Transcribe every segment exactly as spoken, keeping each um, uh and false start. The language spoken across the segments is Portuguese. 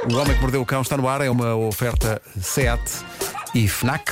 O Homem que Mordeu o Cão está no ar, é uma oferta SEAT e FNAC.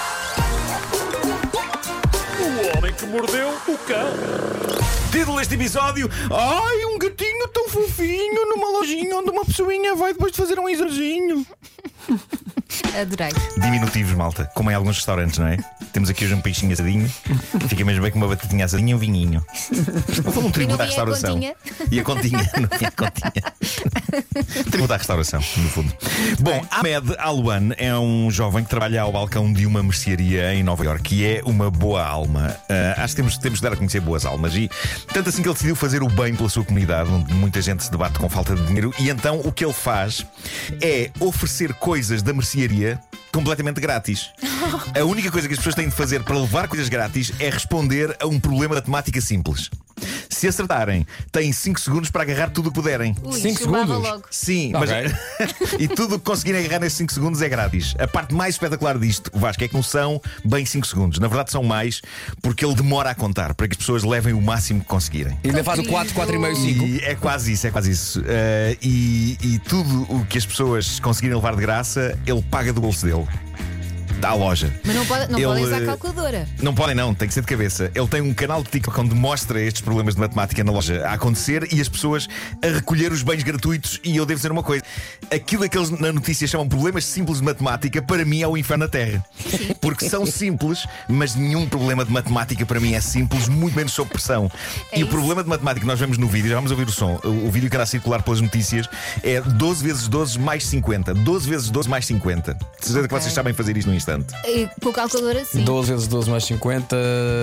O Homem que Mordeu o Cão. Título deste episódio: ai, um gatinho tão fofinho numa lojinha onde uma pessoinha vai depois de fazer um examinho. Adorei. Diminutivos, malta, como em alguns restaurantes, não é? Temos aqui hoje um peixinho assadinho. Fica mesmo bem com uma batatinha assadinha e um vinhinho. Foi um tributo à restauração. E a continha. Não é a continha. Tributo à restauração, no fundo. Bom, Ahmed Alwan é um jovem que trabalha ao balcão de uma mercearia em Nova Iorque e é uma boa alma. Uh, acho que temos, temos de dar a conhecer boas almas. E tanto assim que ele decidiu fazer o bem pela sua comunidade, onde muita gente se debate com falta de dinheiro. E então o que ele faz é oferecer coisas da mercearia completamente grátis. A única coisa que as pessoas têm de fazer para levar coisas grátis é responder a um problema de matemática simples. Se acertarem, têm cinco segundos para agarrar tudo o que puderem. cinco segundos? Logo. Sim, okay. Mas e tudo o que conseguirem agarrar nesses cinco segundos é grátis. A parte mais espetacular disto, Vasco, é que não são bem cinco segundos. Na verdade são mais, porque ele demora a contar para que as pessoas levem o máximo que conseguirem. E ainda faz o quatro, quatro e meio, cinco. E é quase isso, é quase isso. Uh, e, e tudo o que as pessoas conseguirem levar de graça, ele paga do bolso dele. À loja. Mas não, pode, não ele, podem usar a calculadora. Não podem, não, tem que ser de cabeça. Ele tem um canal de TikTok onde mostra estes problemas de matemática na loja a acontecer e as pessoas a recolher os bens gratuitos. E eu devo dizer uma coisa: aquilo que eles na notícia chamam problemas simples de matemática, para mim é o inferno na Terra. Porque são simples, mas nenhum problema de matemática para mim é simples, muito menos sob pressão. É e isso? o problema de matemática que nós vemos no vídeo, já vamos ouvir o som, o, o vídeo que irá circular pelas notícias, é doze vezes doze mais cinquenta. doze vezes doze mais cinquenta. De certeza que vocês sabem fazer isto num instante. E, com a calculadora, sim. doze vezes doze mais cinquenta.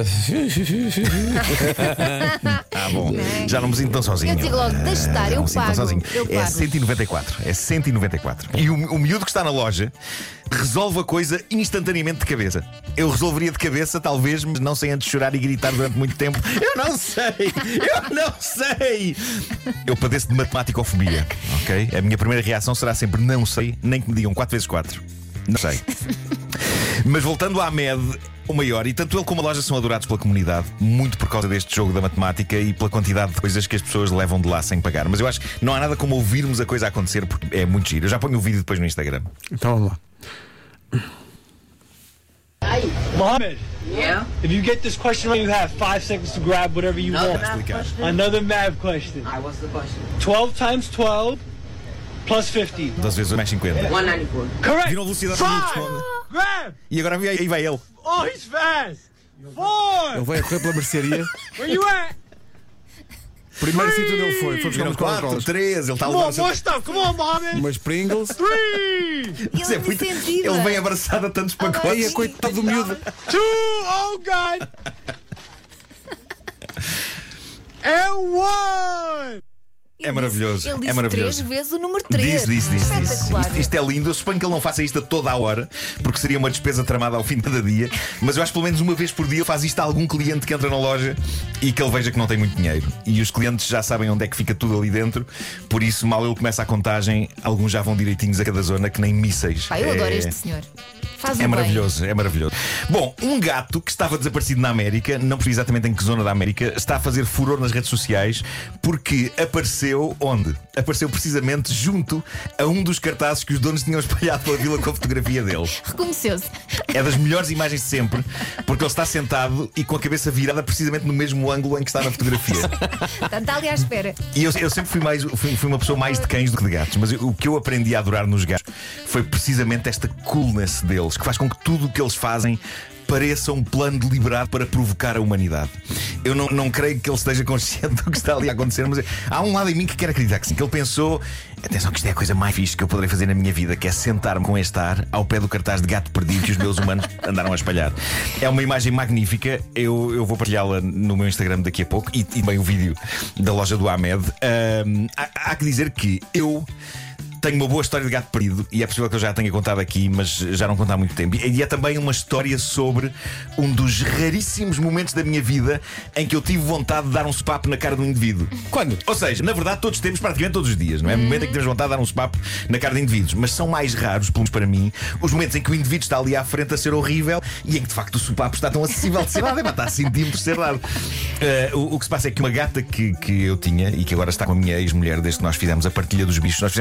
Ah, bom, já não me sinto tão sozinho. Eu digo logo, deixa estar, Ah, eu não me sinto tão pago, sozinho. eu É pago. cento e noventa e quatro. É cento e noventa e quatro. E o, o miúdo que está na loja resolve a coisa instantaneamente de cabeça. Eu resolveria de cabeça, talvez, mas não sem antes chorar e gritar durante muito tempo. Eu não sei! Eu não sei! Eu padeço de matemáticofobia, ok? A minha primeira reação será sempre não sei, nem que me digam quatro vezes quatro. Não sei. Mas voltando à Ahmed, o maior, e tanto ele como a loja são adorados pela comunidade, muito por causa deste jogo da matemática e pela quantidade de coisas que as pessoas levam de lá sem pagar. Mas eu acho que não há nada como ouvirmos a coisa a acontecer, porque é muito giro. Eu já ponho o vídeo depois no Instagram. Então vamos lá. Mohammed, Yeah? if you get this question right, you have five seconds to grab whatever you Another want. math question? Another math question. Alright, what's the question? twelve times twelve plus fifty. doze vezes mais cinquenta. one ninety-four. Correct. Viram a velocidade que ele Five. responde? Grab. E agora aí vai ele. Oh, he's fast. Four. Ele veio a correr pela mercearia. Where you at? Primeiro sítio onde ele foi. Foi buscar Viram umas quatro, Coca-Colas. três. Ele está a Come on, levar more stuff. Come on, Mohammed. Umas Pringles. Three. Mas é Ele muito- incentiva. Ele vem abraçado a tantos Ai, pacotes. a coitado do miúdo. Two. Oh God. And one. É maravilhoso, Ele é disse maravilhoso. três vezes o número três. Diz, diz, diz, diz. Espetacular. Isto, isto é lindo. Eu suponho que ele não faça isto a toda a hora, porque seria uma despesa tramada ao fim de cada dia. Mas eu acho que pelo menos uma vez por dia ele faz isto a algum cliente que entra na loja e que ele veja que não tem muito dinheiro. E os clientes já sabem onde é que fica tudo ali dentro. Por isso, mal ele começa a contagem, alguns já vão direitinhos a cada zona, que nem mísseis. Pá, eu É- adoro este senhor. Faz É o maravilhoso, é maravilhoso. Bom, um gato que estava desaparecido na América, não percebi exatamente em que zona da América, está a fazer furor nas redes sociais porque apareceu onde? Apareceu precisamente junto a um dos cartazes que os donos tinham espalhado pela vila com a fotografia dele. bem. Reconheceu-se. É das melhores imagens de sempre, porque ele está sentado e com a cabeça virada precisamente no mesmo ângulo em que está na fotografia. Está, está ali à espera. E eu, eu sempre fui, mais, fui, fui uma pessoa mais de cães do que de gatos, mas eu- o que eu aprendi a adorar nos gatos foi precisamente esta coolness deles, que faz com que tudo o que eles fazem pareça um plano deliberado para provocar a humanidade. Eu não, não creio que ele esteja consciente do que está ali a acontecer, mas há um lado em mim que quer acreditar que sim, que ele pensou: atenção, que isto é a coisa mais fixe que eu poderei fazer na minha vida, que é sentar-me com este ar ao pé do cartaz de gato perdido que os meus humanos andaram a espalhar. É uma imagem magnífica. Eu, eu vou partilhá-la no meu Instagram daqui a pouco, e, e também o vídeo da loja do Ahmed. Ahm, há, há que dizer que eu tenho uma boa história de gato perdido, e é possível que eu já a tenha contado aqui, mas já não conto há muito tempo. E é também uma história sobre um dos raríssimos momentos da minha vida em que eu tive vontade de dar um sopapo na cara de um indivíduo. Quando? Ou seja, na verdade todos temos, praticamente todos os dias, não é? Momento em que temos vontade de dar um sopapo na cara de indivíduos. Mas são mais raros, pelo menos para mim, os momentos em que o indivíduo está ali à frente a ser horrível e em que de facto o sopapo está tão acessível de ser dado. É, pá, está a centímetros de ser dado. Uh, o, o que se passa é que uma gata que, que eu tinha e que agora está com a minha ex-mulher desde que nós fizemos a partilha dos bichos, nós fizemos partilha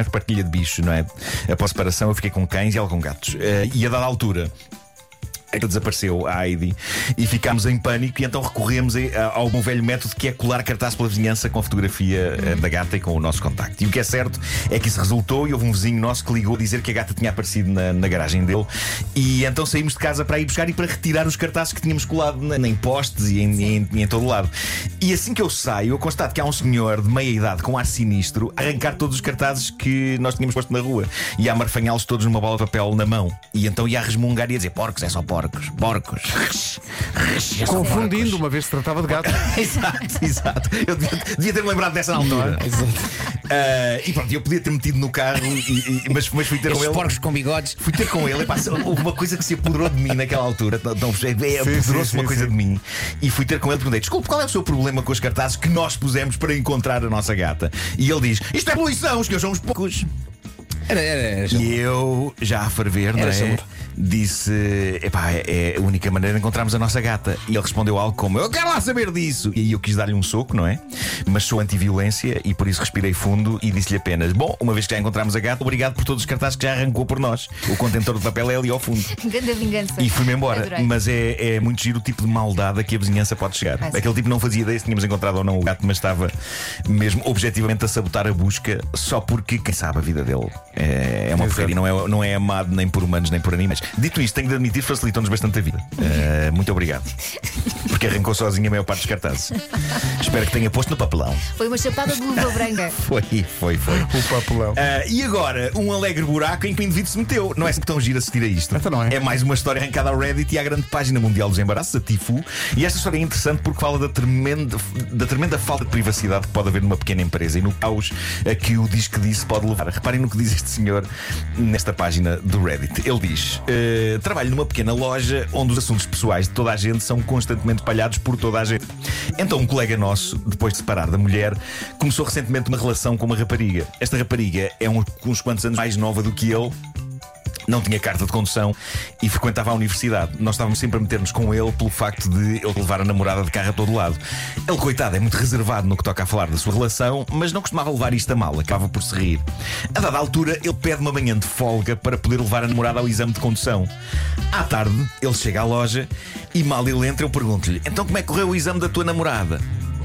de bichos, não é? Após a separação, eu fiquei com cães e ela com gatos. Uh, e a dada altura, ela desapareceu, a Heidi, e ficámos em pânico. E então recorremos a, ao bom velho método, que é colar cartaz pela vizinhança com a fotografia uh, da gata e com o nosso contacto. E o que é certo é que isso resultou. E houve um vizinho nosso que ligou a dizer que a gata tinha aparecido na, na garagem dele. E então saímos de casa para ir buscar e para retirar os cartazes que tínhamos colado na, em postes e em, em, em todo lado. E assim que eu saio, eu constato que há um senhor de meia idade com ar sinistro a arrancar todos os cartazes que nós tínhamos posto na rua e a amarfanhá-los todos numa bola de papel na mão. E então ia a resmungar e a dizer: porcos, é só porcos. Porcos, porcos. Confundindo, uma vez se tratava de gato. Exato, exato. Eu devia, devia ter-me lembrado dessa na altura. Uh, e pronto, eu podia ter metido no carro, e, e, mas, mas fui ter Esses com ele. porcos com bigodes. Fui ter com ele. E, pá, houve uma coisa que se apoderou de mim naquela altura. Não, é, apoderou-se uma sim, coisa sim. de mim. E fui ter com ele e perguntei: desculpe, qual é o seu problema com os cartazes que nós pusemos para encontrar a nossa gata? E ele diz: isto é poluição, os que são uns poucos. Era, era, era. E eu, já a ferver, não Era é? chumbo. Disse: epá, é a única maneira de encontrarmos a nossa gata. E ele respondeu algo como: eu quero lá saber disso. E aí eu quis dar-lhe um soco, não é? Mas sou anti-violência e por isso respirei fundo e disse-lhe apenas: bom, uma vez que já encontramos a gata, obrigado por todos os cartazes que já arrancou por nós. O contentor de papel é ali ao fundo. Grande vingança. E fui-me embora. Adorei. Mas é, é muito giro o tipo de maldade a que a vizinhança pode chegar. Ah, sim. Aquele tipo não fazia ideia se tínhamos encontrado ou não o gato, mas estava mesmo objetivamente a sabotar a busca, só porque quem sabe a vida dele é, é uma porcaria. Não é, não é amado nem por humanos nem por animais. Dito isto, tenho de admitir, facilitou-nos bastante a vida. Uh, muito obrigado. Porque arrancou sozinho a maior parte dos cartazes. Espero que tenha posto no papelão. Foi uma chapada de luva branca. Foi, foi, foi. O papelão. Uh, e agora, um alegre buraco em que o indivíduo se meteu. Não é assim tão giro assistir a isto. Então não é. É mais uma história arrancada ao Reddit e à grande página mundial dos embaraços, a Tifu. E esta história é interessante porque fala da tremenda, da tremenda falta de privacidade que pode haver numa pequena empresa e no caos a que o diz que disse pode levar. Reparem no que diz este senhor nesta página do Reddit. Ele diz: uh, trabalho numa pequena loja onde os assuntos pessoais de toda a gente são constantemente espalhados por toda a gente. Então um colega nosso, depois de separar da mulher, começou recentemente uma relação com uma rapariga. Esta rapariga é uns, uns quantos anos mais nova do que ele. Não tinha carta de condução e frequentava a universidade. Nós estávamos sempre a meter-nos com ele pelo facto de ele levar a namorada de carro a todo lado. Ele, coitado, é muito reservado no que toca a falar da sua relação, mas não costumava levar isto a mal, acaba por se rir. A dada altura, ele pede uma manhã de folga para poder levar a namorada ao exame de condução. À tarde, ele chega à loja e mal ele entra, eu pergunto-lhe: então como é que correu o exame da tua namorada?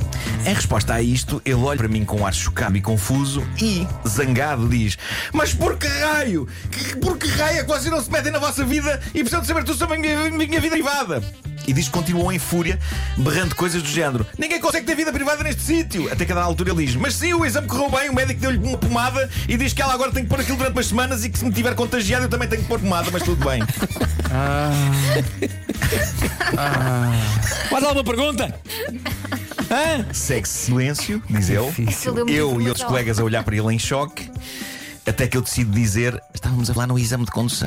Em resposta a isto, ele olha para mim com um ar chocado e confuso e, zangado, diz: mas por que raio? Que, por que raio é que vocês não se metem na vossa vida e precisam de saber tudo sobre a minha, minha vida privada? E diz que continuou em fúria, berrando coisas do género: ninguém consegue ter vida privada neste sítio. Até que a dada altura ele diz: mas sim, o exame correu bem, o médico deu-lhe uma pomada e diz que ela agora tem que pôr aquilo durante umas semanas e que se me tiver contagiado eu também tenho que pôr pomada, mas tudo bem. Ah. Ah. Mais alguma pergunta? Hã? Segue-se silêncio, diz ele. Aquilo deu muita Eu e informação. outros colegas a olhar para ele em choque, até que eu decido dizer: estávamos a falar no exame de condução.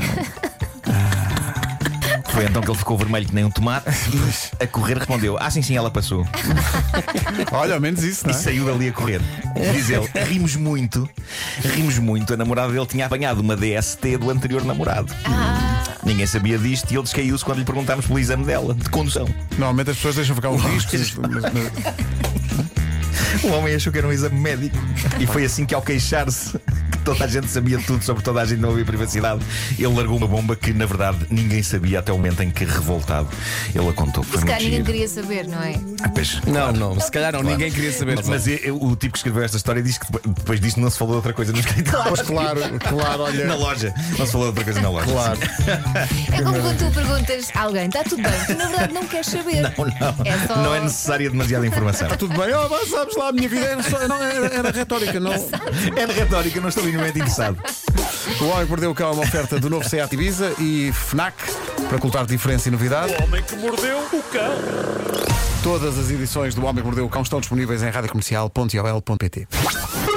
Foi então que ele ficou vermelho que nem um tomate e, a correr, respondeu: ah, sim, sim, ela passou. Olha, ao menos isso, E não é? saiu dali a correr. Diz ele: rimos muito, rimos muito. A namorada dele tinha apanhado uma D S T do anterior namorado. Ninguém sabia disto e ele descaiu-se quando lhe perguntámos pelo exame dela, de condução. Normalmente as pessoas deixam ficar um risco. mas- mas- O homem achou que era um exame médico. E foi assim que, ao queixar-se que toda a gente sabia tudo sobre toda a gente, não havia privacidade, ele largou uma bomba que, na verdade, ninguém sabia até o momento em que, revoltado, ele a contou. Foi Se muito calhar ninguém giro. queria saber, não é? Ah, pois, Não, claro. não, se calhar não, Claro. ninguém queria saber. Mas, mas eu- eu- o tipo que escreveu esta história diz que depois, depois disto não se falou de outra coisa no escritório. Pois claro, claro, olha. Na loja. Não se falou de outra coisa na loja. Claro. É como quando tu perguntas a alguém: está tudo bem? Tu na verdade não queres saber. Não, não. É só- Não é necessária demasiada informação. Tudo bem, oh, mas sabes lá, a minha vida era, só, não, era, era retórica, não. É de retórica, não estou minimamente interessado. O Homem que Mordeu o Cão é uma oferta do novo Seat Ibiza e FNAC para ocultar diferença e novidade. O homem que mordeu o cão. Todas as edições do Homem que Mordeu o Cão estão disponíveis em rádio comercial ponto i o l ponto p t.